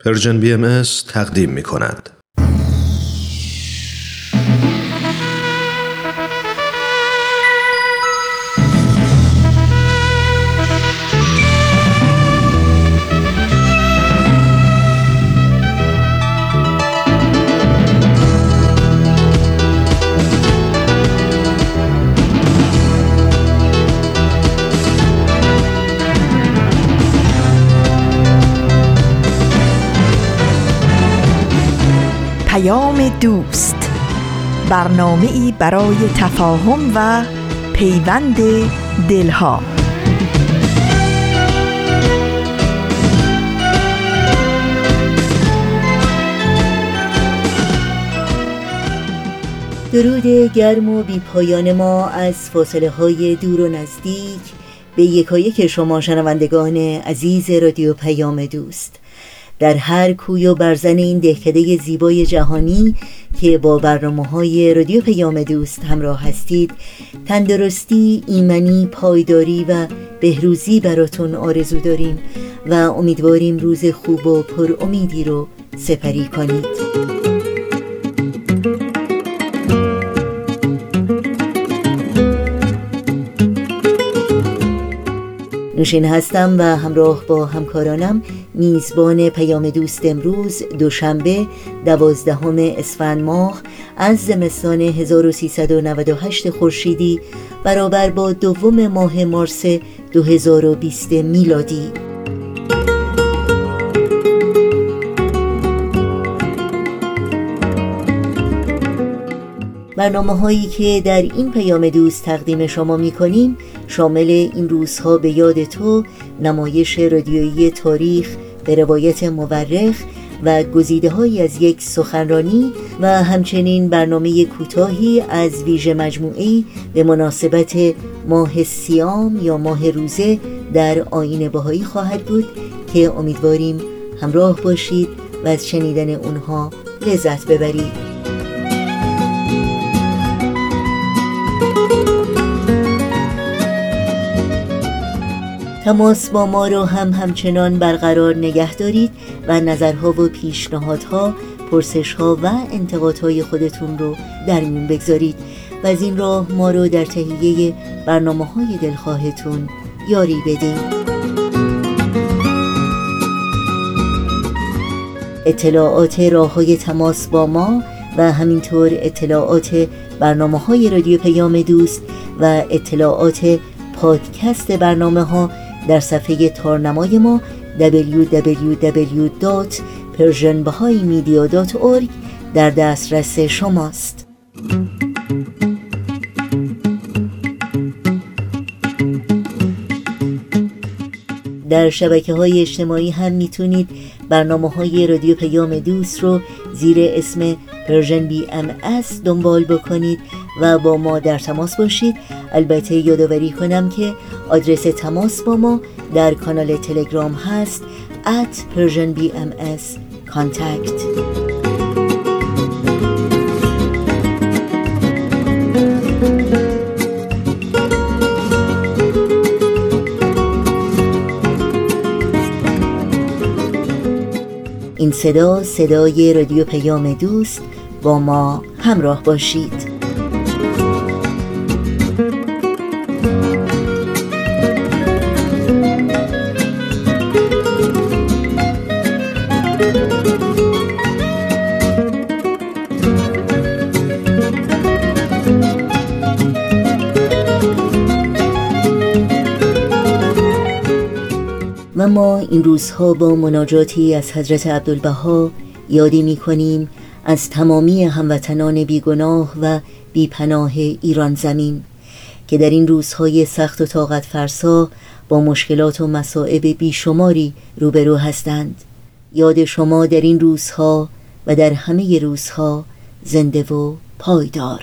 پرژن BMS تقدیم می کند. دوست، برنامه‌ای برای تفاهم و پیوند دلها. درود گرم و بی پایان ما از فاصله های دور و نزدیک به یکایک شما شنوندگان عزیز رادیو پیام دوست در هر کوی و برزن این دهکده زیبای جهانی که با برنامه‌های رادیو پیام دوست همراه هستید. تندرستی، ایمنی، پایداری و بهروزی براتون آرزو داریم و امیدواریم روز خوب و پر امیدی رو سپری کنید. نوشین هستم و همراه با همکارانم میزبان پیام دوست امروز دوشنبه 12 اسفند ماه از زمستان 1398 خورشیدی برابر با 2 ماه مارس 2020 میلادی. برنامه‌هایی که در این پیام دوست تقدیم شما می‌کنیم شامل این روزها به یاد تو، نمایش رادیویی تاریخ به روایت مورخ و گزیده‌هایی از یک سخنرانی و همچنین برنامه کوتاهی از ویژه مجموعه‌ای به مناسبت ماه صیام یا ماه روزه در آیین بهایی خواهد بود که امیدواریم همراه باشید و از شنیدن اونها لذت ببرید. تماس با ما رو همچنان برقرار نگه دارید و نظرها و پیشنهادها، پرسشها و انتقادهای خودتون رو در میون بگذارید و از این راه ما رو در تهیه برنامه‌های دلخواهتون یاری بدید. اطلاعات راه‌های تماس با ما و همینطور اطلاعات برنامه‌های رادیو پیام دوست و اطلاعات پادکست برنامه‌ها در صفحه تارنمای ما www.persianbahaimedia.org در دسترس شماست. در شبکه‌های اجتماعی هم میتونید برنامه‌های رادیو پیام دوست رو زیر اسم پرژن BMS دنبال بکنید و با ما در تماس باشید. البته یادآوری کنم که آدرس تماس با ما در کانال تلگرام هست @PersianBMSContact. این صدای رادیو پیام دوست، با ما همراه باشید. و ما این روزها با مناجاتی از حضرت عبدالبها یادی می کنیم از تمامی هموطنان بیگناه و بیپناه ایران زمین که در این روزهای سخت و طاقت فرسا با مشکلات و مصائب بیشماری روبرو هستند. یاد شما در این روزها و در همه روزها زنده و پایدار.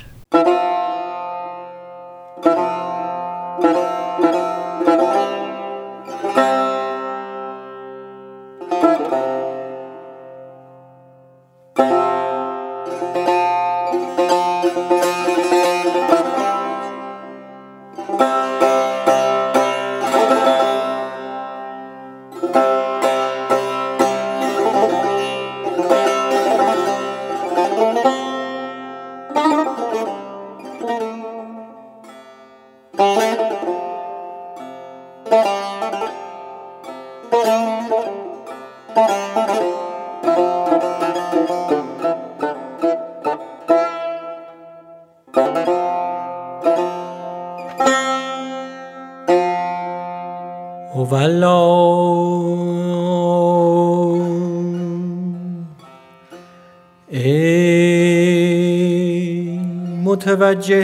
ای متوجه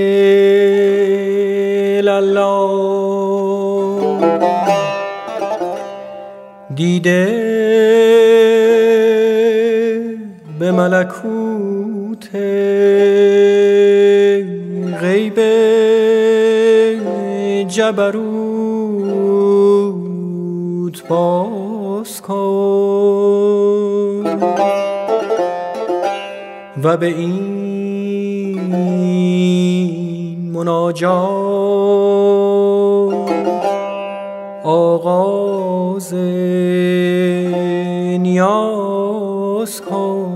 الله دیده به ملکوت غیب جبروت باز کن و به این مناجات آغاز نیاز کن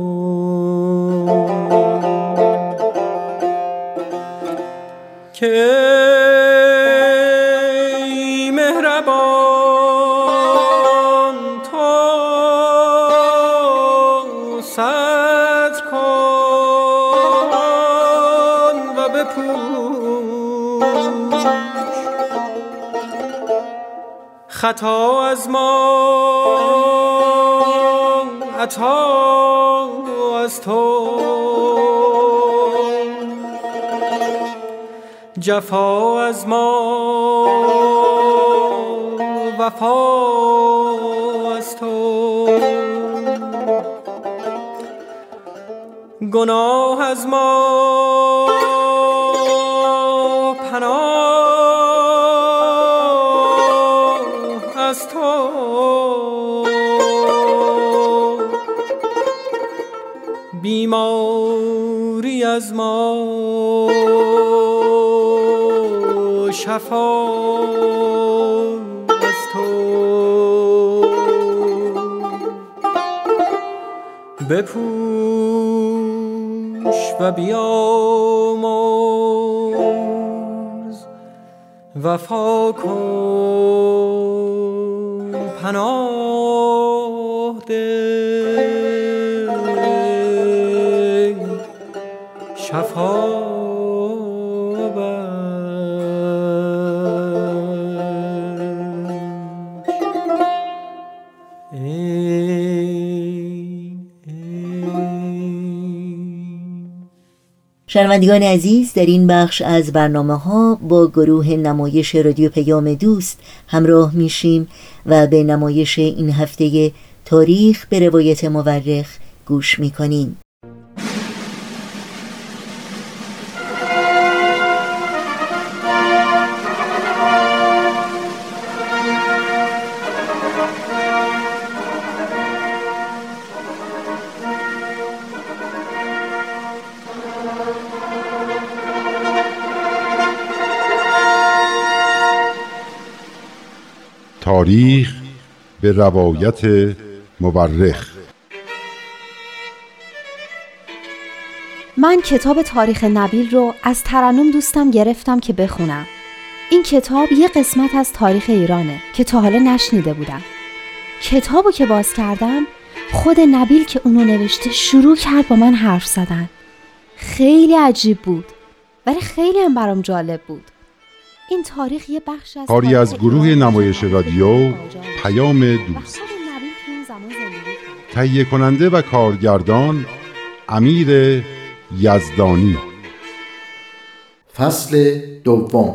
که ای مهربان تا صدر کن و بپوش خطا از ما عطا از تو جفا از ما وفا از تو گناه از ما پناه از تو بیماری از ما شفا از تو بپوش و بیامرز وفا کن پناه ده شفا شنوندگان عزیز، در این بخش از برنامه‌ها با گروه نمایش رادیو پیام دوست همراه میشیم و به نمایش این هفته تاریخ به روایت مورخ گوش میکنیم. تاریخ به روایت مورخ. من کتاب تاریخ نبیل رو از ترنم دوستم گرفتم که بخونم. این کتاب یه قسمت از تاریخ ایرانه که تا حالا نشنیده بودم. کتابو که باز کردم، خود نبیل که اونو نوشته شروع کرد با من حرف زدن. خیلی عجیب بود، ولی خیلی هم برام جالب بود. این تاریخ یه بخش از کاری از گروه نمایش رادیو پیام دوست، تهیه کننده و کارگردان امیر یزدانی. فصل دوم.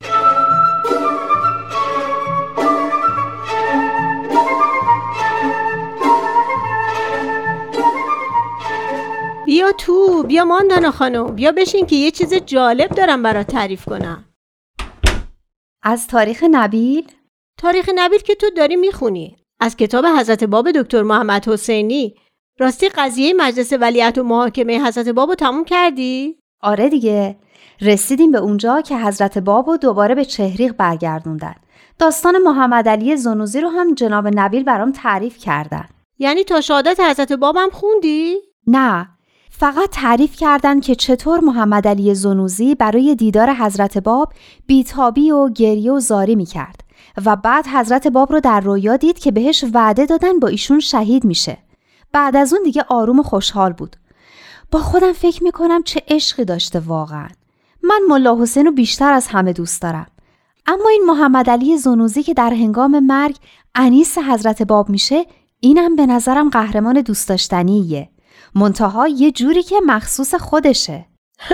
بیا ماندانا خانم، بیا بشین که یه چیز جالب دارم برات تعریف کنم. از تاریخ نبیل؟ تاریخ نبیل که تو داری میخونی، از کتاب حضرت باب دکتر محمد حسینی. راستی قضیه مجلس ولیعهد و محاکمه حضرت بابو تموم کردی؟ آره دیگه، رسیدیم به اونجا که حضرت بابو دوباره به چهریق برگردوندن. داستان محمد علی زنوزی رو هم جناب نبیل برام تعریف کردن. یعنی تا شهادت حضرت بابم خوندی؟ نه، فقط تعریف کردن که چطور محمد علی زنوزی برای دیدار حضرت باب بیتابی و گریه و زاری میکرد و بعد حضرت باب رو در رویا دید که بهش وعده دادن با ایشون شهید میشه. بعد از اون دیگه آروم و خوشحال بود. با خودم فکر میکنم چه عشقی داشته واقعا. من ملا حسین رو بیشتر از همه دوست دارم. اما این محمد علی زنوزی که در هنگام مرگ انیس حضرت باب میشه، اینم به نظرم قهرمان دوست داشتنیه. منتها یه جوری که مخصوص خودشه.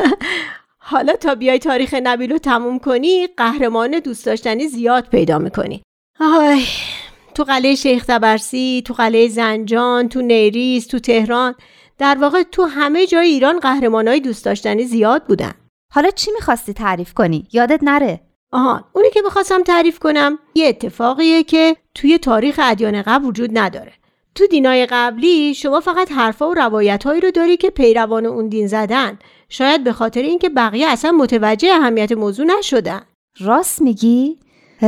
حالا تا بیای تاریخ نبیل رو تموم کنی، قهرمان دوست داشتنی زیاد پیدا میکنی. آی، تو قلعه شیخ طبرسی، تو قلعه زنجان، تو نیریز، تو تهران، در واقع تو همه جای ایران قهرمانای دوست داشتنی زیاد بودن. حالا چی میخواستی تعریف کنی؟ یادت نره. اونی که میخواستم تعریف کنم یه اتفاقیه که توی تاریخ ادیان قبل وجود نداره. تو دینای قبلی شما فقط حرفا و روایت‌هایی رو داری که پیروان اون دین زدن، شاید به خاطر اینکه بقیه اصلا متوجه اهمیت موضوع نشدن. راست میگی؟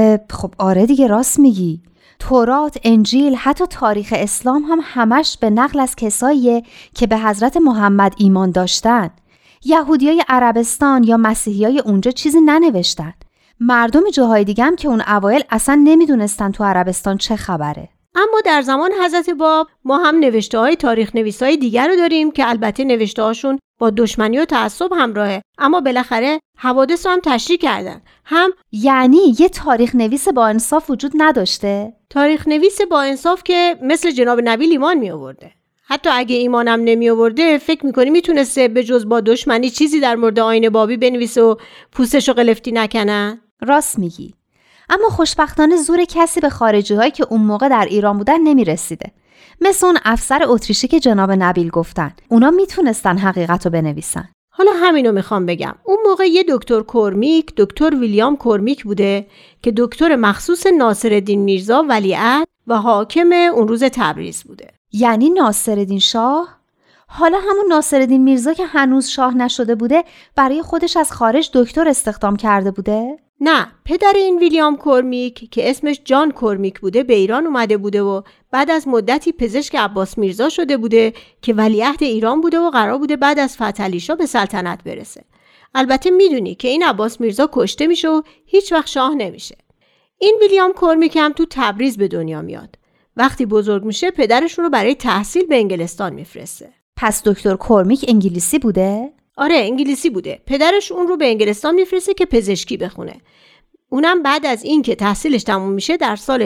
خب آره دیگه راست میگی. تورات، انجیل، حتی تاریخ اسلام هم همش به نقل از کساییه که به حضرت محمد ایمان داشتن. یهودیای عربستان یا مسیحیای اونجا چیزی ننوشتن. مردم جاهای دیگه هم که اون اوایل اصلا نمیدونستن تو عربستان چه خبره. اما در زمان حضرت باب ما هم نوشته‌های تاریخ نویسای دیگر رو داریم که البته نوشته‌هاشون با دشمنی و تعصب همراهه، اما بالاخره حوادث رو هم تشریح کردن. هم یعنی یه تاریخ نویس با انصاف وجود نداشته؟ تاریخ نویس با انصاف که مثل جناب نبیل ایمان می آورده. حتی اگه ایمانم نمی آورده فکر می‌کنی میتونسته به جز با دشمنی چیزی در مورد آیین بابی بنویسه و پوستشو قلفتی نکنن؟ راست میگی. اما خوشبختانه زور کسی به خارجی‌هایی که اون موقع در ایران بودن نمی‌رسیده. مثل اون افسر اتریشی که جناب نبیل گفتن. اونا میتونستن حقیقتو بنویسن. حالا همینو میخوام بگم. اون موقع یه دکتر کورمیک، دکتر ویلیام کورمیک بوده که دکتر مخصوص ناصرالدین میرزا ولیعهد و حاکم اون روز تبریز بوده. یعنی ناصرالدین شاه؟ حالا همون ناصرالدین میرزا که هنوز شاه نشده بوده برای خودش از خارج دکتر استخدام کرده بوده؟ نه، پدر این ویلیام کورمیک که اسمش جان کورمیک بوده به ایران اومده بوده و بعد از مدتی پزشک عباس میرزا شده بوده که ولیعهد ایران بوده و قرار بوده بعد از فتح علی شاه به سلطنت برسه. البته میدونی که این عباس میرزا کشته میشه و هیچ وقت شاه نمیشه. این ویلیام کورمیک هم تو تبریز به دنیا میاد. وقتی بزرگ میشه پدرشون رو برای تحصیل به انگلستان میفرسته. پس دکتر کورمیک انگلیسی بوده؟ آره انگلیسی بوده. پدرش اون رو به انگلستان میفرسته که پزشکی بخونه. اونم بعد از این که تحصیلش تموم میشه در سال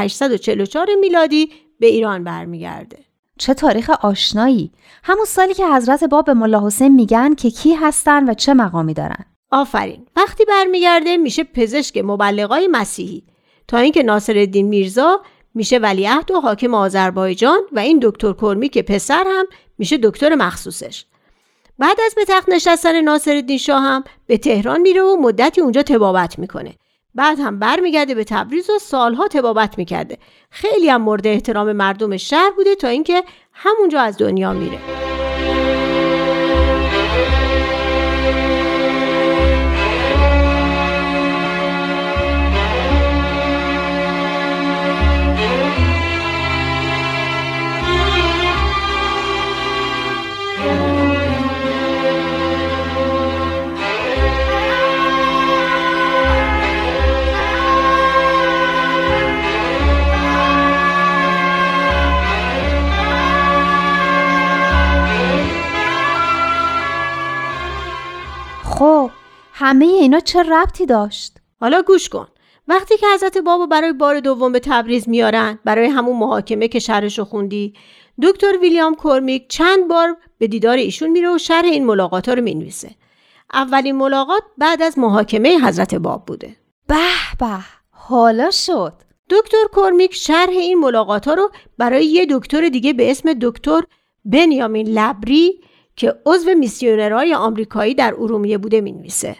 1844 میلادی به ایران برمیگرده. چه تاریخ آشنایی. همون سالی که حضرت باب به ملا حسین میگن که کی هستن و چه مقامی دارن. آفرین. وقتی برمیگرده میشه پزشک مبلغای مسیحی تا اینکه ناصرالدین میرزا میشه ولیعهد و حاکم آذربایجان و این دکتر کورمیک پسر هم میشه دکتر مخصوصش. بعد از به تخت نشستن ناصرالدین شاه هم به تهران میره و مدتی اونجا طبابت میکنه. بعد هم برمیگرده به تبریز و سالها طبابت میکرده. خیلی هم مورد احترام مردم شهر بوده تا اینکه همونجا از دنیا میره. خب همه اینا چه ربطی داشت؟ حالا گوش کن. وقتی که حضرت بابا برای بار دوم به تبریز میارن، برای همون محاکمه که شرحشو خوندی، دکتر ویلیام کورمیک چند بار به دیدار ایشون میره و شرح این ملاقات‌ها رو مینویسه. اولین ملاقات بعد از محاکمه حضرت باب بوده. به به، حالا شد. دکتر کورمیک شرح این ملاقات‌ها رو برای یه دکتر دیگه به اسم دکتر بنیامین لبری که عضو میسیونرهای آمریکایی در ارومیه بوده مینویسه.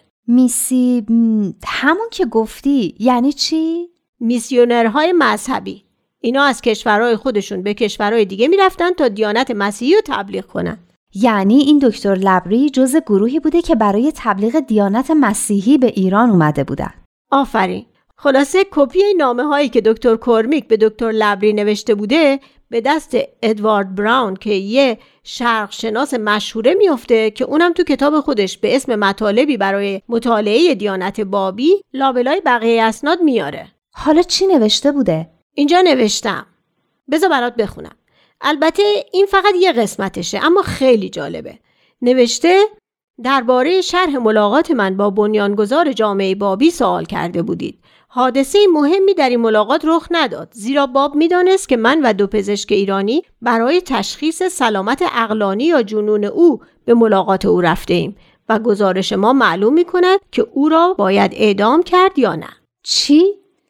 همون که گفتی یعنی چی؟ میسیونرهای مذهبی. اینا از کشورهای خودشون به کشورهای دیگه میرفتن تا دیانت مسیحی رو تبلیغ کنن. یعنی این دکتر لبری جزء گروهی بوده که برای تبلیغ دیانت مسیحی به ایران اومده بودن. آفرین. خلاصه کپی نامه هایی که دکتر کورمیک به دکتر لبری نوشته بوده به دست ادوارد براون که یه شرق شناس مشهوره میفته که اونم تو کتاب خودش به اسم مطالبی برای مطالعه دیانت بابی لابلای بقیه اسناد میاره. حالا چی نوشته بوده؟ اینجا نوشتم. بذار برات بخونم. البته این فقط یه قسمتشه اما خیلی جالبه. نوشته درباره شرح ملاقات من با بنیانگذار جامعه بابی سوال کرده بودید. حادثه مهمی در این ملاقات رخ نداد، زیرا باب میدانست که من و 2 پزشک ایرانی برای تشخیص سلامت عقلانی یا جنون او به ملاقات او رفته ایم و گزارش ما معلوم میکند که او را باید اعدام کرد یا نه. چی؟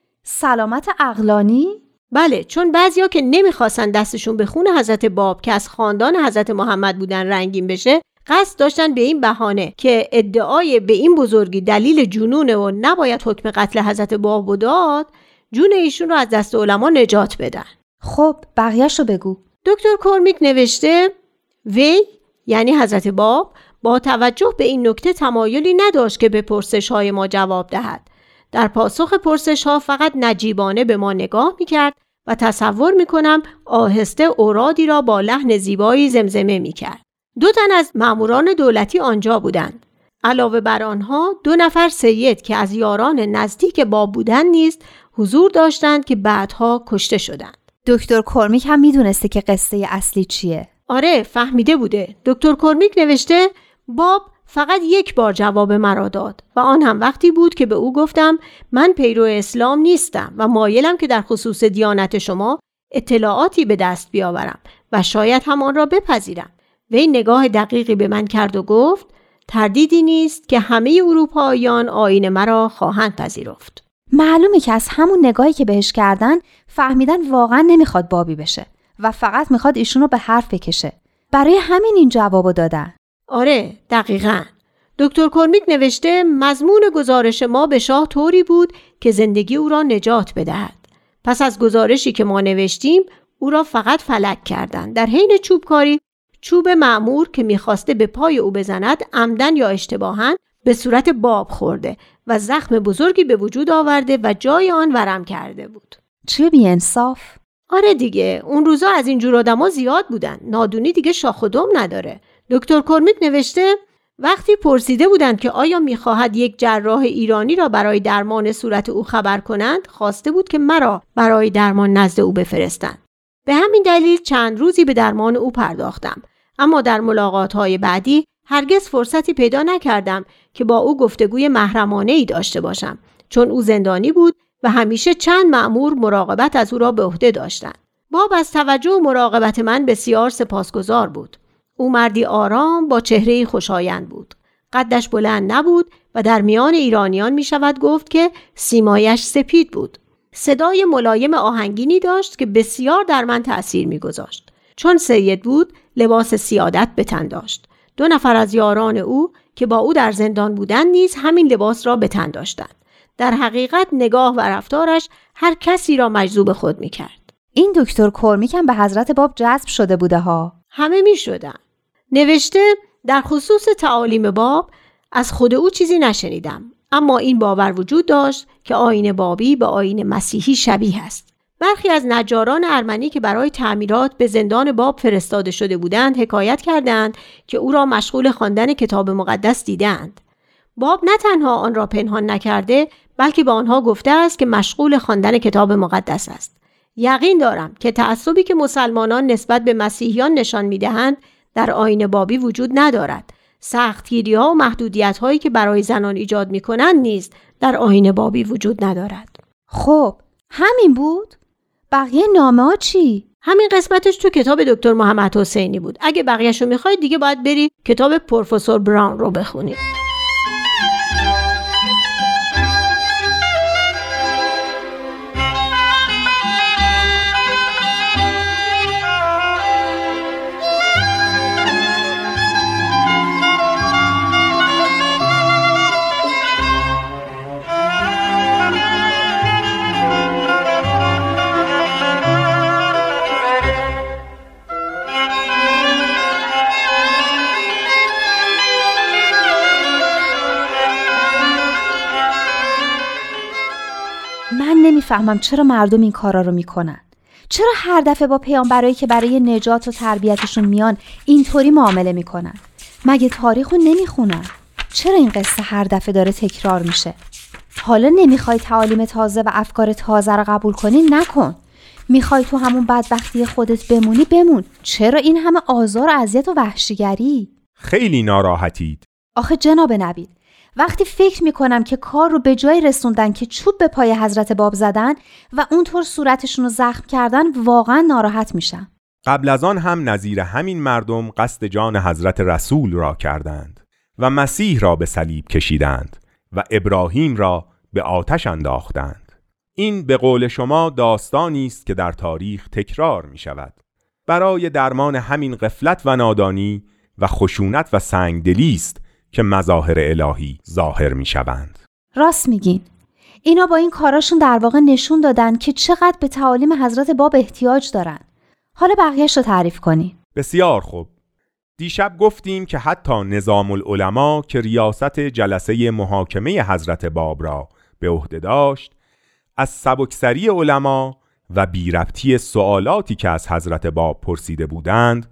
سلامت عقلانی؟ بله، چون بعضیا که نمیخواستن دستشون به خون حضرت باب که از خاندان حضرت محمد بودن رنگین بشه، قصد داشتن به این بهانه که ادعای به این بزرگی دلیل جنونه و نباید حکم قتل حضرت باب داد، جون ایشون رو از دست علما نجات بدن. خب بقیه‌شو رو بگو. دکتر کورمیک نوشته وی یعنی حضرت باب با توجه به این نکته تمایلی نداشت که به پرسش‌های ما جواب دهد. در پاسخ پرسش‌ها فقط نجیبانه به ما نگاه می‌کرد و تصور می‌کنم آهسته اورادی را با لحن زیبایی زمزمه می‌کرد. 2 تن از ماموران دولتی آنجا بودند. علاوه بر آنها 2 نفر سید که از یاران نزدیک باب بودند نیز حضور داشتند که بعدها کشته شدند. دکتر کورمیک هم میدونسته که قصه اصلی چیه؟ آره، فهمیده بوده. دکتر کورمیک نوشته باب فقط 1 بار جواب مرا داد و آن هم وقتی بود که به او گفتم من پیرو اسلام نیستم و مایلم که در خصوص دیانت شما اطلاعاتی به دست بیاورم و شاید هم آن را بپذیرم. وی نگاه دقیقی به من کرد و گفت تردیدی نیست که همه اروپاییان آیین مرا خواهند پذیرفت. معلومه که از همون نگاهی که بهش کردن فهمیدن واقعا نمیخواد بابی بشه و فقط میخواد ایشونو به حرف بکشه. برای همین این جوابو دادن. آره، دقیقاً. دکتر کورمیک نوشته مضمون گزارش ما به شاه طوری بود که زندگی او را نجات بدهد. پس از گزارشی که ما نوشتیم او را فقط فلک کردند. در حین چوبکاری چوب مأمور که میخواسته به پای او بزند عمدن یا اشتباهاً به صورت باب خورده و زخم بزرگی به وجود آورده و جای آن ورم کرده بود. چه بی‌انصاف؟ آره دیگه، اون روزا از این جور آدما زیاد بودن. نادونی دیگه شاخ و دم نداره. دکتر کورمیک نوشته وقتی پرسیده بودند که آیا میخواهد یک جراح ایرانی را برای درمان صورت او خبر کنند، خواسته بود که مرا برای درمان نزد او بفرستند. به همین دلیل چند روزی به درمان او پرداختم، اما در ملاقات‌های بعدی هرگز فرصتی پیدا نکردم که با او گفتگوی محرمانه‌ای داشته باشم، چون او زندانی بود و همیشه چند مأمور مراقبت از او را به عهده داشتند. باب از توجه و مراقبت من بسیار سپاسگزار بود. او مردی آرام با چهره‌ای خوشایند بود. قدش بلند نبود و در میان ایرانیان می شود گفت که سیمایش سپید بود. صدای ملایم آهنگینی داشت که بسیار در من تأثیر می گذاشت. چون سید بود لباس سیادت به تن داشت. 2 نفر از یاران او که با او در زندان بودند نیز همین لباس را به تن داشتند. در حقیقت نگاه و رفتارش هر کسی را مجذوب خود می کرد. این دکتر کورمیک هم به حضرت باب جذب شده بوده ها. همه می شدن. نوشته در خصوص تعالیم باب از خود او چیزی نشنیدم، اما این باور وجود داشت که آیین بابی به آیین مسیحی شبیه است. برخی از نجاران ارمنی که برای تعمیرات به زندان باب فرستاده شده بودند حکایت کردند که او را مشغول خواندن کتاب مقدس دیدند. باب نه تنها آن را پنهان نکرده بلکه به آنها گفته است که مشغول خواندن کتاب مقدس است. یقین دارم که تعصبی که مسلمانان نسبت به مسیحیان نشان می‌دهند در آیین بابی وجود ندارد. سختگیری‌ها و محدودیت‌هایی که برای زنان ایجاد می‌کنند نیز در آیین بابی وجود ندارد. خب همین بود؟ بقیه نامه‌ها چی؟ همین قسمتش تو کتاب دکتر محمد حسینی بود. اگه بقیه‌شو می‌خواید دیگه باید بری کتاب پروفسور براون رو بخونید. نمیفهمم چرا مردم این کارا رو میکنن. چرا هر دفعه با پیامبرایی که برای نجات و تربیتشون میان اینطوری معامله میکنن؟ مگه تاریخو نمیخونن؟ چرا این قصه هر دفعه داره تکرار میشه؟ حالا نمیخوای تعالیم تازه و افکار تازه رو قبول کنی، نکن. میخوای تو همون بدبختی خودت بمونی، بمون. چرا این همه آزار و اذیت و وحشیگری؟ خیلی ناراحتید. آخه جناب نبیل، وقتی فکر میکنم که کار رو به جایی رسوندن که چوب به پای حضرت باب زدن و اونطور صورتشون رو زخم کردن، واقعا ناراحت میشم. قبل از آن هم نظیر همین مردم قصد جان حضرت رسول را کردند و مسیح را به صلیب کشیدند و ابراهیم را به آتش انداختند. این به قول شما داستانی است که در تاریخ تکرار می شود. برای درمان همین غفلت و نادانی و خشونت و سنگدلی است که مظاهر الهی ظاهر می شوند. راست میگین. اینا با این کاراشون در واقع نشون دادن که چقدر به تعالیم حضرت باب احتیاج دارن. حالا بقیه‌اش رو تعریف کنی. بسیار خوب. دیشب گفتیم که حتی نظام العلماء که ریاست جلسه محاکمه حضرت باب را به عهده داشت، از سبکسری علما و بی‌ربطی سوالاتی که از حضرت باب پرسیده بودند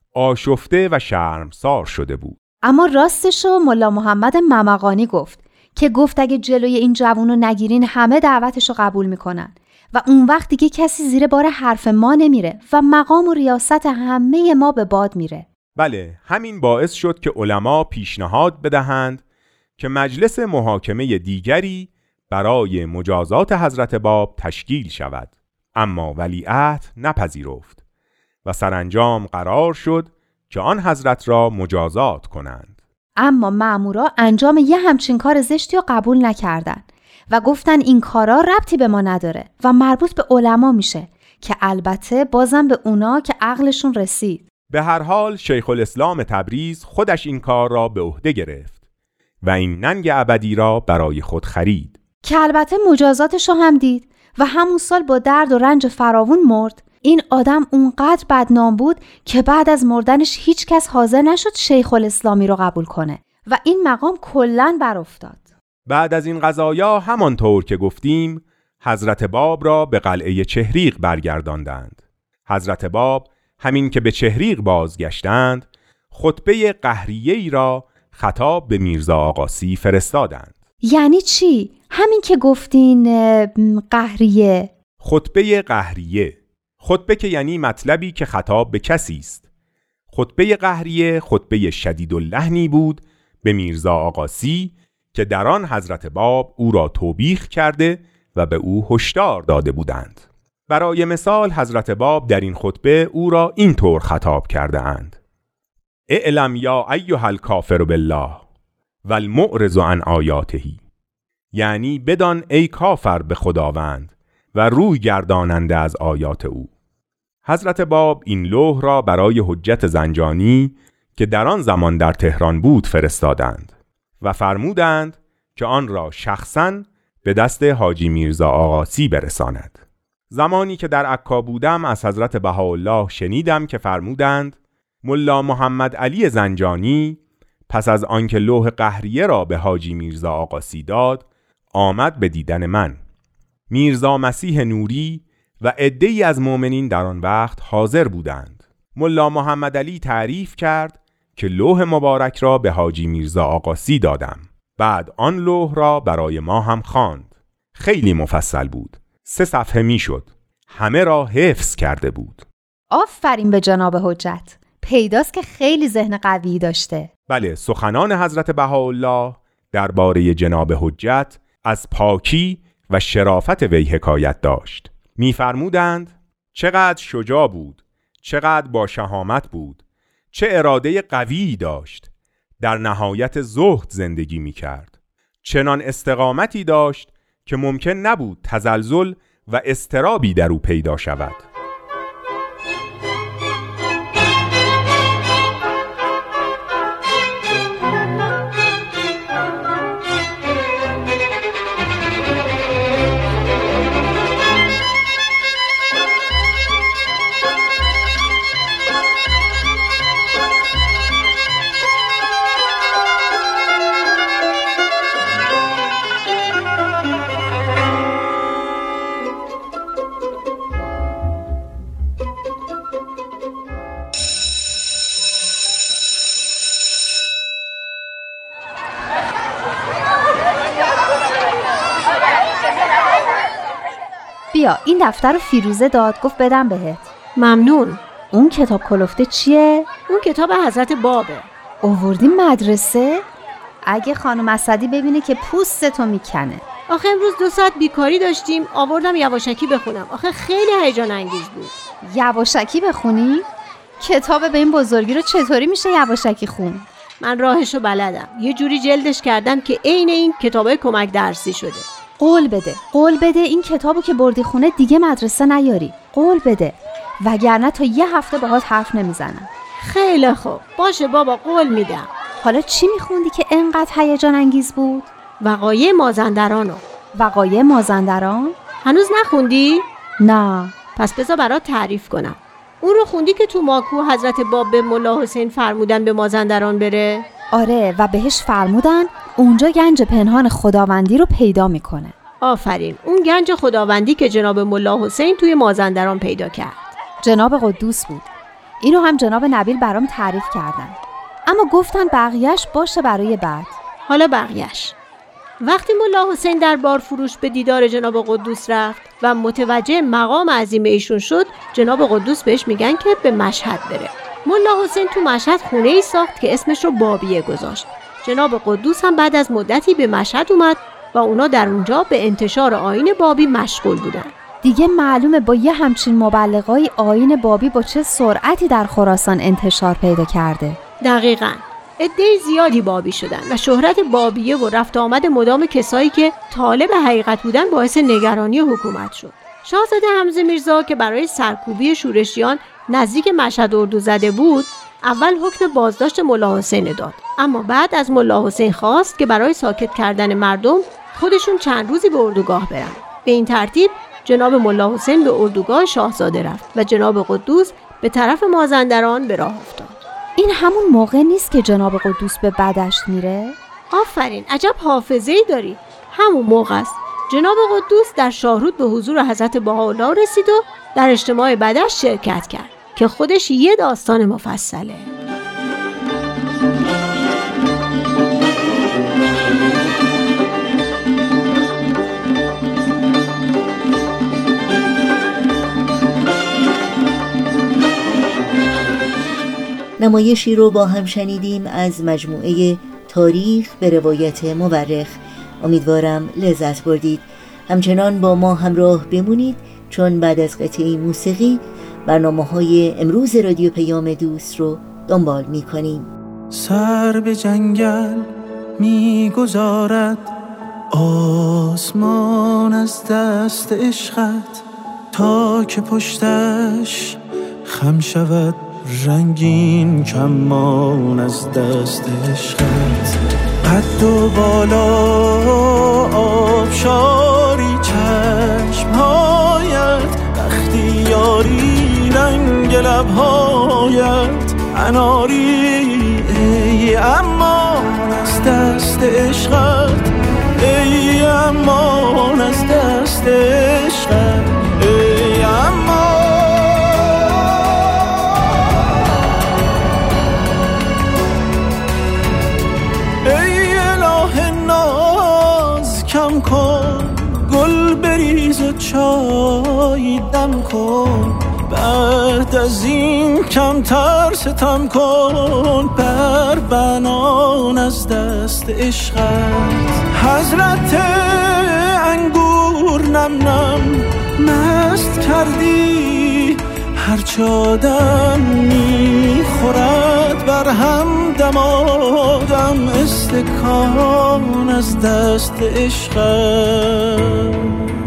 آشفته و شرمسار شده بود. اما راستشو ملا محمد ممقانی گفت اگه جلوی این جوونو نگیرین همه دعوتشو قبول میکنن و اون وقت دیگه کسی زیر بار حرف ما نمیره و مقام و ریاست همه ما به باد میره. بله، همین باعث شد که علما پیشنهاد بدهند که مجلس محاکمه دیگری برای مجازات حضرت باب تشکیل شود، اما ولیعهد نپذیرفت و سرانجام قرار شد که آن حضرت را مجازات کنند. اما مأمورا انجام یه همچین کار زشتی رو قبول نکردن و گفتن این کارا ربطی به ما نداره و مربوط به علما میشه، که البته بازم به اونا که عقلشون رسید. به هر حال شیخ الاسلام تبریز خودش این کار را به عهده گرفت و این ننگ ابدی را برای خود خرید، که البته مجازاتشو هم دید و همون سال با درد و رنج فراوون مرد. این آدم اونقدر بدنام بود که بعد از مردنش هیچ کس حاضر نشد شیخ الاسلامی رو قبول کنه و این مقام کلاً برافتاد. بعد از این قضایا همانطور که گفتیم حضرت باب را به قلعه چهریق برگرداندند. حضرت باب همین که به چهریق بازگشتند خطبه قهریه‌ای را خطاب به میرزا آقاسی فرستادند. یعنی چی؟ همین که گفتین قهریه. خطبه قهریه، خطبه که یعنی مطلبی که خطاب به کسی است. خطبه قهریه خطبه شدیداللحنی بود به میرزا آقاسی که در آن حضرت باب او را توبیخ کرده و به او هشدار داده بودند. برای مثال حضرت باب در این خطبه او را این طور خطاب کرده اند: اعلم یا ایها الکافر بالله والمعرض عن آیاته، یعنی بدان ای کافر به خداوند و روی گرداننده از آیات او. حضرت باب این لوح را برای حجت زنجانی که در آن زمان در تهران بود فرستادند و فرمودند که آن را شخصاً به دست حاجی میرزا آقاسی برساند. زمانی که در عکا بودم از حضرت بهاءالله شنیدم که فرمودند ملا محمد علی زنجانی پس از آنکه لوح قهریه را به حاجی میرزا آقاسی داد آمد به دیدن من. میرزا مسیح نوری و عده‌ای از مؤمنین در آن وقت حاضر بودند. ملا محمد علی تعریف کرد که لوح مبارک را به حاجی میرزا آقاسی دادم. بعد آن لوح را برای ما هم خواند. خیلی مفصل بود، 3 صفحه می شد. همه را حفظ کرده بود. آفرین به جناب حجت، پیداست که خیلی ذهن قوی داشته. بله، سخنان حضرت بهاءالله درباره جناب حجت از پاکی و شرافت وی حکایت داشت. می‌فرمودند چقدر شجاع بود، چقدر با شهامت بود، چه اراده قوی داشت، در نهایت زهد زندگی می‌کرد، چنان استقامتی داشت که ممکن نبود تزلزل و اضطرابی در او پیدا شود. بیا این دفتر رو فیروزه داد، گفت بدم بهت. ممنون. اون کتاب کلفته چیه؟ اون کتاب حضرت بابه. آوردی مدرسه؟ اگه خانم اسدی ببینه که پوستتو میکنه. آخه امروز 2 ساعت بیکاری داشتیم، آوردم یواشکی بخونم. آخه خیلی هیجان انگیز بود. یواشکی بخونی؟ کتاب به این بزرگی رو چطوری میشه یواشکی خون؟ من راهشو بلدم. یه جوری جلدش کردم که عین این کتابای کمک درسی شده. قول بده این کتابو که بردی خونه دیگه مدرسه نیاری. قول بده، وگرنه تا یه هفته باهات حرف نمیزنم. خیلی خوب، باشه بابا، قول میدم. حالا چی میخوندی که انقدر هیجان انگیز بود؟ وقایع مازندرانو. وقایع مازندران؟ هنوز نخوندی؟ نه. پس بذار برات تعریف کنم. اون رو خوندی که تو ماکو حضرت باب به ملا حسین فرمودن به مازندران بره؟ آره، و بهش فرمودن اونجا گنج پنهان خداوندی رو پیدا میکنه. آفرین، اون گنج خداوندی که جناب ملا حسین توی مازندران پیدا کرد. جناب قدوس بود. اینو هم جناب نبیل برام تعریف کردن، اما گفتن بقیهش باشه برای بعد. حالا بقیهش. وقتی ملا حسین در بارفروش به دیدار جناب قدوس رفت و متوجه مقام عظیم ایشون شد، جناب قدوس بهش میگن که به مشهد بره. ملا حسین تو مشهد خونه ای ساخت که اسمش رو بابیه گذاشت. جناب قدوس هم بعد از مدتی به مشهد اومد و اونا در اونجا به انتشار آیین بابی مشغول بودن. دیگه معلومه با یه همچین مبلغای آیین بابی با چه سرعتی در خراسان انتشار پیدا کرده. دقیقاً. عده زیادی بابی شدن و شهرت بابیه و رفت آمد مدام کسایی که طالب حقیقت بودن باعث نگرانی حکومت شد. شاهزاده حمزه میرزا که برای سرکوبی شورشیان نزدیک مشهد اردو زده بود، اول حکم بازداشت ملا حسین داد، اما بعد از ملا حسین خواست که برای ساکت کردن مردم خودشون چند روزی به اردوگاه برن. به این ترتیب جناب ملا حسین به اردوگاه شاهزاده رفت و جناب قدوس به طرف مازندران به راه افتاد. این همون موقع نیست که جناب قدوس به بدشت میره؟ آفرین، عجب حافظه‌ای داری. همون موقع است. جناب قدوس در شاهرود به حضور حضرت بهاءالله رسید و در اجتماع بدشت شرکت کرد که خودش یه داستان مفصله. نمایشی رو با هم شنیدیم از مجموعه تاریخ به روایت مورخ. امیدوارم لذت بردید. همچنان با ما همراه بمونید، چون بعد از قطعه موسیقی برنامه‌های امروز رادیو پیام دوست رو دنبال می‌کنیم. سر به جنگل می‌گذارد آسمان از دست عشقت، تا که پشتش خم شود رنگین کمان از دست عشقت. قد و بالا آبشاری چشمهایت، وقتی یاری رنگ لبهایت، اناری ای امان از دست عشقت، ای امان از دست عشقت، ای امان. کم کن گل بریز و چای دم کن، بعد از این کمتر ستم کن بر بنان از دست عشقت. حضرت انگور نم نم مست کردی، هرچه آدم میخورد بر هم دمادم استکان از دست عشقت.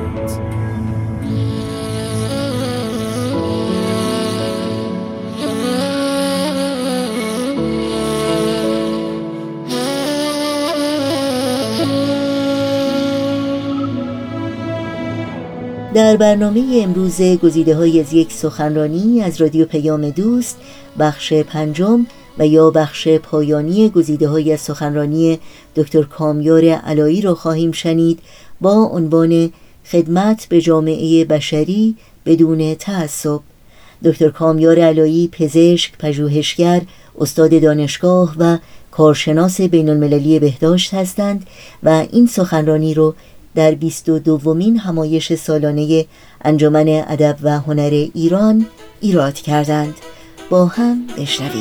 در برنامه امروز گزیده‌های از یک سخنرانی از رادیو پیام دوست، بخش 5 و یا بخش پایانی گزیده‌های از سخنرانی دکتر کامیار علایی را خواهیم شنید با عنوان خدمت به جامعه بشری بدون تعصب. دکتر کامیار علایی پزشک، پژوهشگر، استاد دانشگاه و کارشناس بین‌المللی بهداشت هستند و این سخنرانی را در 22مین همایش سالانه انجمن ادب و هنر ایران ایراد کردند. با هم بشنویم.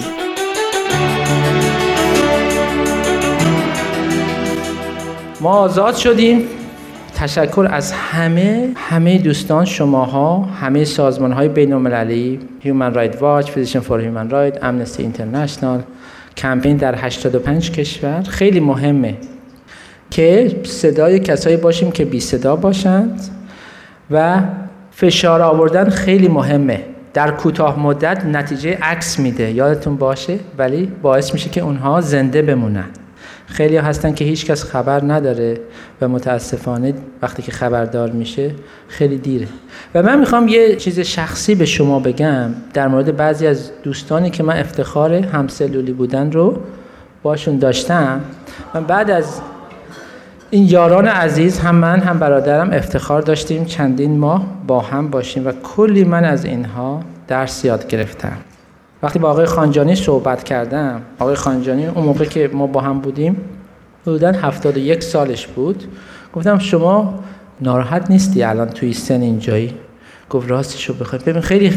ما آزاد شدیم. تشکر از همه دوستان، شماها، همه سازمان‌های بین‌المللی، Human Rights Watch، Physicians for Human Rights، Amnesty International، کمپین در 85 کشور. خیلی مهمه که صدای کسایی باشیم که بی صدا باشند و فشار آوردن خیلی مهمه. در کوتاه مدت نتیجه عکس میده، یادتون باشه، ولی باعث میشه که اونها زنده بمونن. خیلی هستن که هیچ کس خبر نداره و متاسفانه وقتی که خبردار میشه خیلی دیره. و من میخوام یه چیز شخصی به شما بگم در مورد بعضی از دوستانی که من افتخار همسلولی بودن رو باشون داشتم. من بعد از این یاران عزیز، هم من هم برادرم افتخار داشتیم چندین ماه با هم باشیم و کلی من از اینها درس یاد گرفتم. وقتی با آقای خانجانی صحبت کردم، آقای خانجانی اون موقع که ما با هم بودیم حدوداً 71 سالش بود، گفتم شما ناراحت نیستی الان توی سن اینجایی؟ گفت راستشو بخوای، ببین خیلی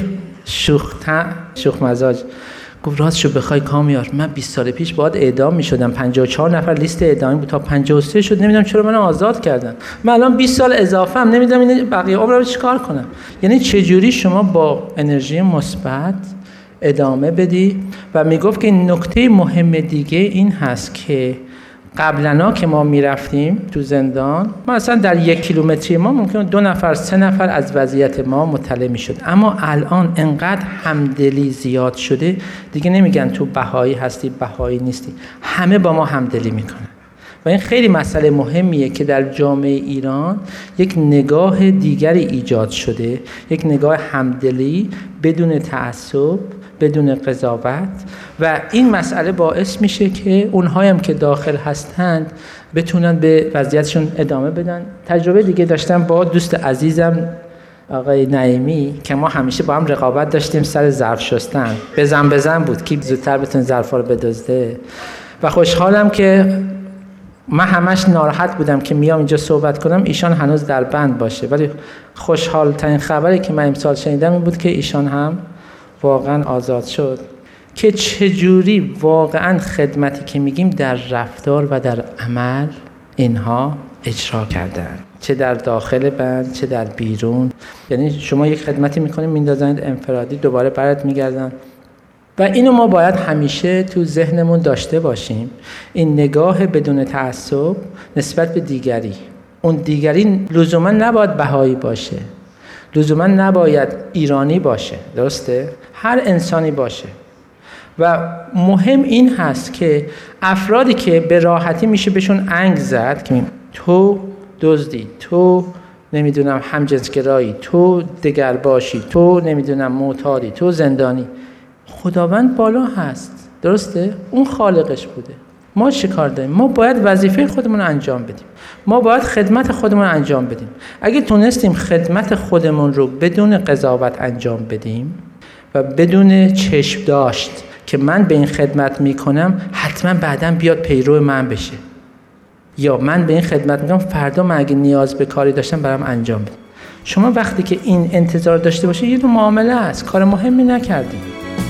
شوخ مزاج، گفت راستشو بخوای کامیار، من 20 سال پیش باید اعدام میشدم، 54 نفر لیست اعدامی بود تا 53 شد، نمیدونم چرا منو آزاد کردن، من الان 20 سال اضافه ام، نمیدونم این بقیه عمرم چیکار کنم. یعنی چجوری شما با انرژی مثبت ادامه بدی. و میگفت که نکته مهم دیگه این هست که قبلنا که ما میرفتیم تو زندان، ما اصلا در 1 کیلومتری ما ممکن 2 نفر 3 نفر از وضعیت ما مطلع میشد، اما الان انقدر همدلی زیاد شده دیگه نمیگن تو بهایی هستی بهایی نیستی، همه با ما همدلی میکنن. و این خیلی مسئله مهمیه که در جامعه ایران یک نگاه دیگری ایجاد شده، یک نگاه همدلی بدون تعصب، بدون قضاوت، و این مسئله باعث میشه که اونهایی هم که داخل هستند بتونن به وضعیتشون ادامه بدن. تجربه دیگه داشتم با دوست عزیزم آقای نعیمی که ما همیشه با هم رقابت داشتیم سر ظرف شستن، بزن بود که زودتر بتونه ظرفا رو بدزده. و خوشحالم که من همش ناراحت بودم که میام اینجا صحبت کنم ایشان هنوز در بند باشه، ولی خوشحال ترین خبری که من امسال شنیدم این بود که ایشان هم واقعا آزاد شد. که چجوری واقعا خدمتی که میگیم در رفتار و در عمل اینها اجرا کردن، چه در داخل بند چه در بیرون. یعنی شما یک خدمتی میکنید میندازند انفرادی، دوباره برات میگردن. و اینو ما باید همیشه تو ذهنمون داشته باشیم، این نگاه بدون تعصب نسبت به دیگری. اون دیگری لزوما نباید بهایی باشه، لزوما نباید ایرانی باشه، درسته؟ هر انسانی باشه. و مهم این هست که افرادی که به راحتی میشه بهشون انگ زد که تو دزدی، تو نمیدونم همجنسگرایی، تو دگرباشی، تو نمیدونم معتادی، تو زندانی، خداوند بالا هست، درسته؟ اون خالقش بوده. ما چه کار داریم؟ ما باید وظیفه خودمون رو انجام بدیم، ما باید خدمت خودمون رو انجام بدیم. اگه تونستیم خدمت خودمون رو بدون قضاوت انجام بدیم و بدون چشم داشت که من به این خدمت میکنم حتما بعداً بیاد پیرو من بشه، یا من به این خدمت میکنم فردا من اگه نیاز به کاری داشتم برام انجام بدم. شما وقتی که این انتظار داشته باشید یه نوع معامله است، کار مهمی نکردیم.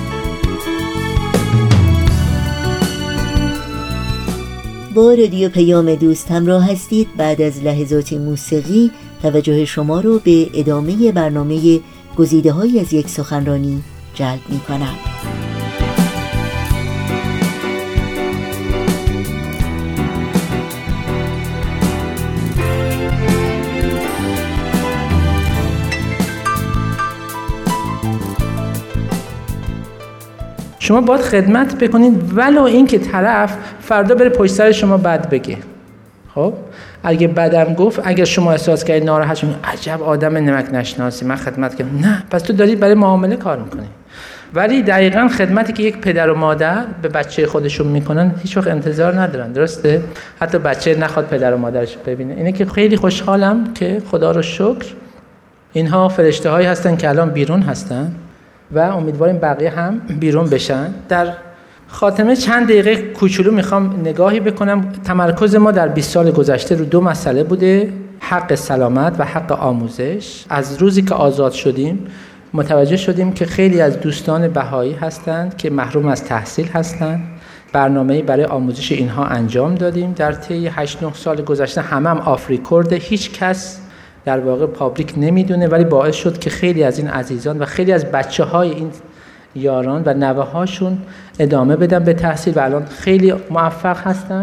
با رادیو پیام دوست همراه هستید. بعد از لحظات موسیقی توجه شما رو به ادامه برنامه گزیده‌هایی از یک سخنرانی جلب می‌کنم. شما باید خدمت بکنید ولو این که طرف فردا بره پشت سر شما بد بگه. خب اگه بدم گفت، اگه شما احساس کردید ناراحت شدید، عجب آدم نمک نشناسی، من خدمت کردم، نه، پس تو داری برای معامله کار میکنی. ولی دقیقاً خدمتی که یک پدر و مادر به بچه خودشون میکنن هیچ وقت انتظار ندارن، درسته؟ حتی بچه نخواد پدر و مادرش ببینه. اینه که خیلی خوشحالم که خدا رو شکر اینها فرشته هایی هستن که الان بیرون هستن و امیدواریم بقیه هم بیرون بشن. در خاتمه چند دقیقه کوچولو میخوام نگاهی بکنم. تمرکز ما در 20 سال گذشته رو 2 مسئله بوده. حق سلامت و حق آموزش. از روزی که آزاد شدیم متوجه شدیم که خیلی از دوستان بهایی هستند که محروم از تحصیل هستند. برنامه‌ای برای آموزش اینها انجام دادیم در طی 8-9 سال گذشته. همه هم آف ریکورد، هیچ کس در واقع پابلیک نمیدونه، ولی باعث شد که خیلی از این عزیزان و خیلی از بچه‌های این یاران و نوه‌هاشون ادامه بدن به تحصیل و الان خیلی موفق هستن.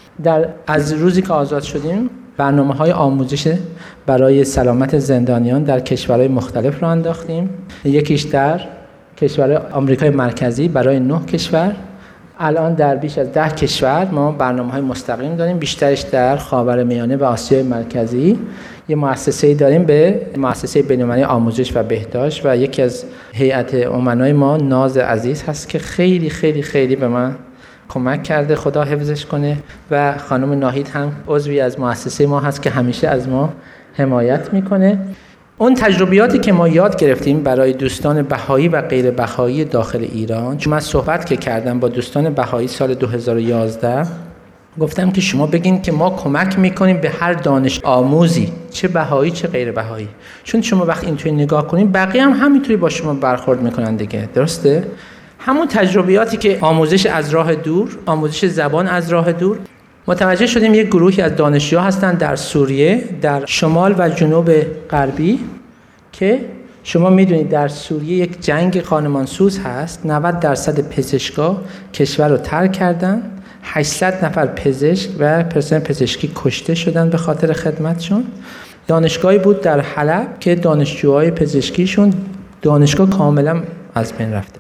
از روزی که آزاد شدیم برنامه‌های آموزش برای سلامت زندانیان در کشورهای مختلف رو انداختیم. یکیش در کشور آمریکای مرکزی برای 9 کشور. الان در بیش از 10 کشور ما برنامه‌های مستقیم داریم، بیشترش در خاورمیانه و آسیای مرکزی. یه مؤسسه‌ای داریم به مؤسسه بین‌المللی آموزش و بهداشت و یکی از هیئت امنای ما ناز عزیز هست که خیلی خیلی خیلی به من کمک کرده، خدا حفظش کنه. و خانم ناهید هم عضوی از مؤسسه ما هست که همیشه از ما حمایت میکنه. اون تجربیاتی که ما یاد گرفتیم برای دوستان بهایی و غیر بهایی داخل ایران، چون من صحبت که کردم با دوستان بهایی سال 2011 گفتم که شما بگین که ما کمک میکنیم به هر دانش آموزی، چه بهایی چه غیر بهایی، چون شما وقتی اینطوری نگاه کنین بقیه هم همینطوری با شما برخورد میکنن دیگه، درسته؟ همون تجربیاتی که آموزش از راه دور، آموزش زبان از راه دور، متوجه شدیم یک گروهی از دانشجوها هستن در سوریه، در شمال و جنوب غربی، که شما میدونید در سوریه یک جنگ خانمانسوز هست. 90% پزشکا کشور رو ترک کردن، 800 نفر پزشک و پرسنل پزشکی کشته شدن به خاطر خدمتشون. دانشگاهی بود در حلب که دانشجوهای پزشکیشون دانشگاه کاملا از بین رفته.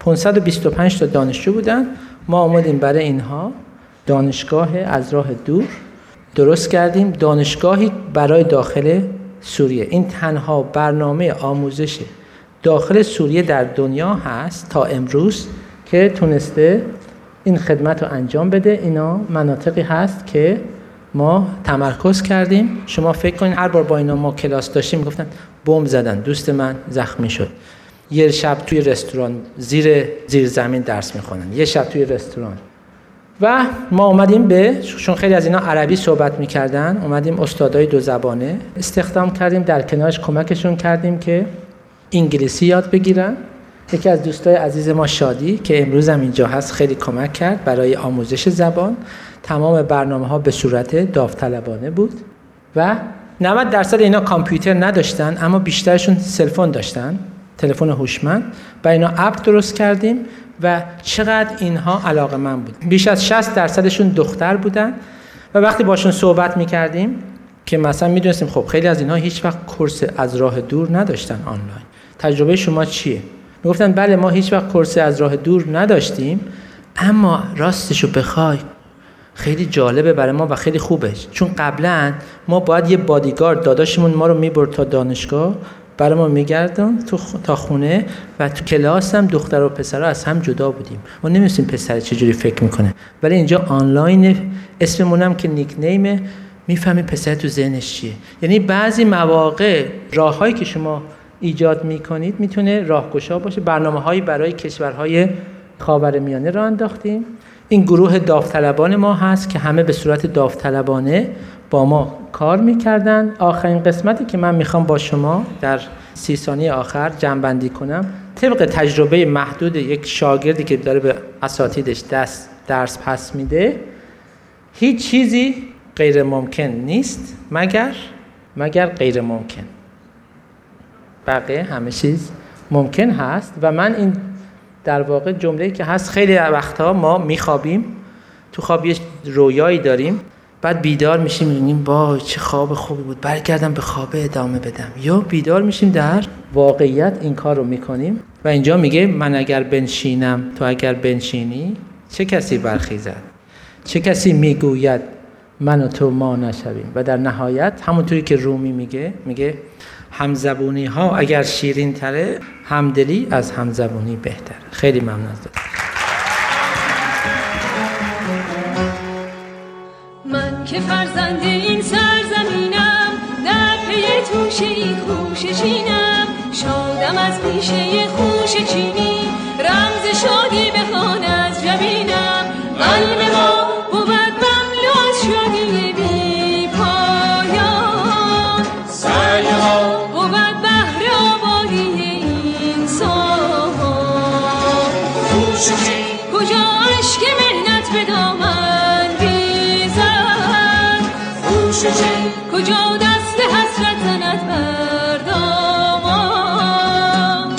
525 تا دانشجو بودن. ما اومدیم برای اینها دانشگاه از راه دور درست کردیم، دانشگاهی برای داخل سوریه. این تنها برنامه آموزش داخل سوریه در دنیا هست تا امروز که تونسته این خدمت رو انجام بده. اینا مناطقی هست که ما تمرکز کردیم. شما فکر کنید هر بار با اینا ما کلاس داشتیم میگفتن بمب زدن، دوست من زخمی شد. یه شب توی رستوران زیر زمین درس میخونن، یه شب توی رستوران. و ما اومدیم چون خیلی از اینا عربی صحبت میکردن، اومدیم استادای 2 زبانه استخدام کردیم، در کنارش کمکشون کردیم که انگلیسی یاد بگیرن. یکی از دوستای عزیز ما شادی که امروز هم اینجا هست خیلی کمک کرد برای آموزش زبان. تمام برنامه‌ها به صورت داوطلبانه بود و 90% اینا کامپیوتر نداشتن، اما بیشترشون سلفون داشتن، تلفن هوشمند. برای اینا اپ درست کردیم و چقدر اینها علاقه‌مند بود. بیش از 60%شون دختر بودن و وقتی باشون صحبت می‌کردیم که مثلا می‌دونستیم خب خیلی از اینها هیچ وقت کورس از راه دور نداشتن آنلاین. تجربه شما چیه؟ میگفتن بله ما هیچ وقت کورس از راه دور نداشتیم، اما راستشو بخوای خیلی جالبه برای ما و خیلی خوبه، چون قبلا ما باید یه بادیگارد داداشمون ما رو میبرد تا دانشگاه، برای ما میگردن تا خونه و تو کلاس هم دختر و پسرها از هم جدا بودیم. ما نمی‌دونستیم پسر چجوری فکر میکنه، ولی اینجا آنلاین اسممون هم که نیک نیمه میفهمی پسر تو ذهنش چیه. یعنی بعضی مواقع راههایی که شما ایجاد میکنید میتونه راهگشا باشه. برنامه‌هایی برای کشورهای خاورمیانه راه انداختیم. این گروه داوطلبان ما هست که همه به صورت داوطلبانه با ما کار میکردن. آخرین قسمتی که من میخوام با شما در 30 ثانیه آخر جمع‌بندی کنم، طبق تجربه محدود یک شاگردی که داره به اساتیدش درس پس میده، هیچ چیزی غیر ممکن نیست مگر غیر ممکن. بقیه همه چیز ممکن هست. و من این در واقع جمله‌ای که هست، خیلی وقتها ما میخوابیم، تو خواب یه رویایی داریم، بعد بیدار میشیم میبینیم وای چه خواب خوبی بود، برگردم به خواب ادامه بدم. یا بیدار میشیم در واقعیت این کار رو میکنیم. و اینجا میگه من اگر بنشینم تو اگر بنشینی، چه کسی برخیزد، چه کسی میگوید من و تو ما نشویم. و در نهایت همونطوری که رومی میگه همزبونی ها اگر شیرین تره، همدلی از همزبونی بهتر. خیلی ممنون از من که فرزند این سرزمینم، در پی توشه خوش چینم، شادم از پیشه خوش چینی، رمز شادی بخوان از جبینم. قلب ما بود مملو از شادی بی پایان، کجا اشک مهنت به دامن ریزد، کجا دست حسرت زند بر دامان.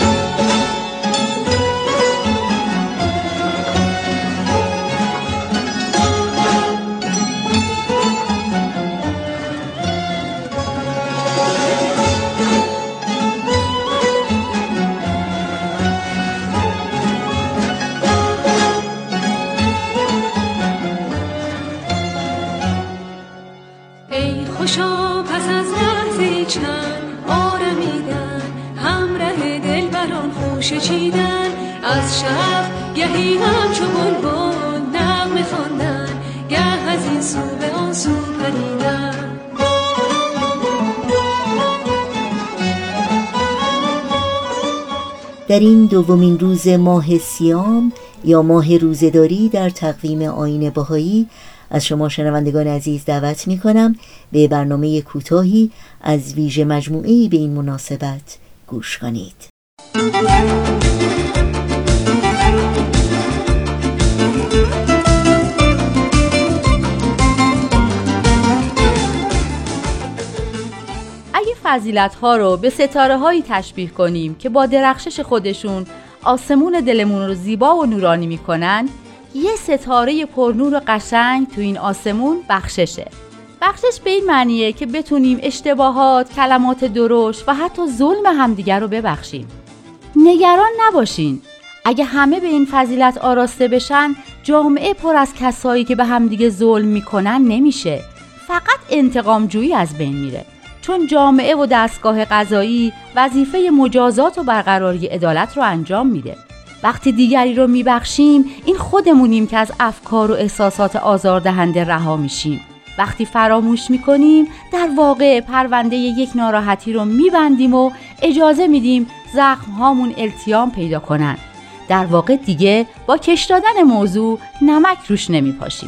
ای خوشا پس از لحظه چند آرمیدن، همراه دلبران خوشه چیدن، از شب گهی همچو بلبل نغمه خواندن، گه از این سو به آن سو پریدن. در این دومین روز ماه سیام یا ماه روزه‌داری در تقویم آیین بهایی از شما شنوندگان عزیز دعوت می کنم به برنامه کوتاهی از ویژه مجموعه‌ای به این مناسبت گوش کنید. اگه فضیلت‌ها رو به ستاره‌هایی تشبیه کنیم که با درخشش خودشون آسمون دلمون رو زیبا و نورانی می‌کنن، یه ستاره پرنور و قشنگ تو این آسمون بخششه. بخشش به این معنیه که بتونیم اشتباهات، کلمات درشت و حتی ظلم همدیگر رو ببخشیم. نگران نباشین. اگه همه به این فضیلت آراسته بشن، جامعه پر از کسایی که به همدیگه ظلم میکنن نمیشه. فقط انتقام جویی از بین میره. چون جامعه و دستگاه قضایی وظیفه مجازات و برقراری عدالت رو انجام میده. وقتی دیگری رو میبخشیم، این خودمونیم که از افکار و احساسات آزاردهنده رها میشیم. وقتی فراموش میکنیم، در واقع پرونده یک ناراحتی رو میبندیم و اجازه میدیم زخمهامون التیام پیدا کنن. در واقع دیگه با کش دادن موضوع نمک روش نمیپاشیم.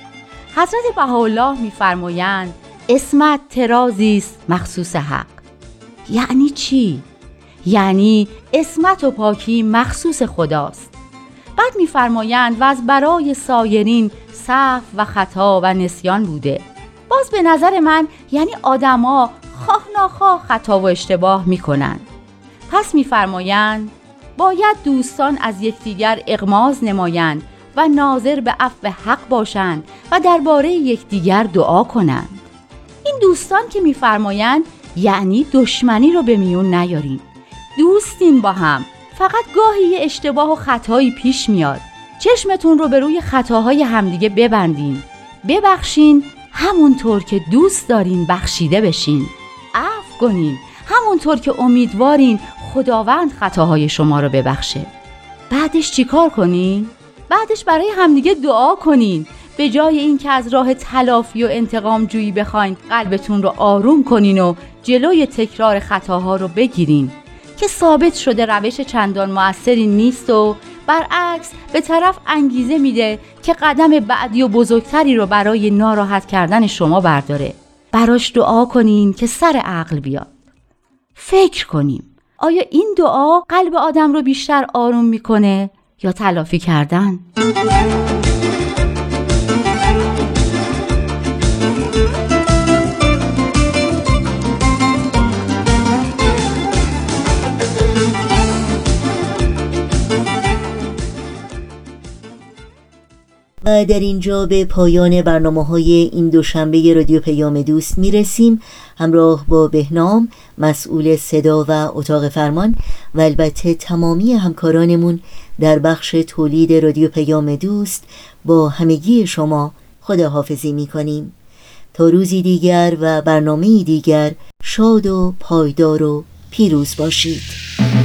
حضرت بهاءالله میفرمایند عصمت طرازیست مخصوص حق. یعنی چی؟ یعنی عصمت و پاکی مخصوص خداست. بعد میفرمایند و از برای سایرین سهو و خطا و نسیان بوده. باز به نظر من یعنی آدما خواه ناخواه خطا و اشتباه میکنن. پس میفرمایند باید دوستان از یکدیگر اغماض نمایند و ناظر به عفو حق باشند و درباره یکدیگر دعا کنند. این دوستان که میفرمایند یعنی دشمنی رو به میون نیارین. دوستین با هم، فقط گاهی یه اشتباه و خطایی پیش میاد. چشمتون رو به روی خطاهای همدیگه ببندین. ببخشین همونطور که دوست دارین بخشیده بشین. عفو کنین همونطور که امیدوارین خداوند خطاهای شما رو ببخشه. بعدش چیکار کنین؟ بعدش برای همدیگه دعا کنین. به جای این که از راه تلافی و انتقام جویی بخواین، قلبتون رو آروم کنین و جلوی تکرار خطاها رو بگیرین که ثابت شده روش چندان مؤثری نیست و برعکس به طرف انگیزه میده که قدم بعدی و بزرگتری رو برای ناراحت کردن شما برداره. براش دعا کنین که سر عقل بیاد. فکر کنیم آیا این دعا قلب آدم رو بیشتر آروم میکنه یا تلافی کردن؟ و در اینجا به پایان برنامه‌های این دوشنبه رادیو پیام دوست میرسیم. همراه با بهنام مسئول صدا و اتاق فرمان و البته تمامی همکارانمون در بخش تولید رادیو پیام دوست با همگی شما خداحافظی میکنیم. تا روزی دیگر و برنامه‌ای دیگر شاد و پایدار و پیروز باشید.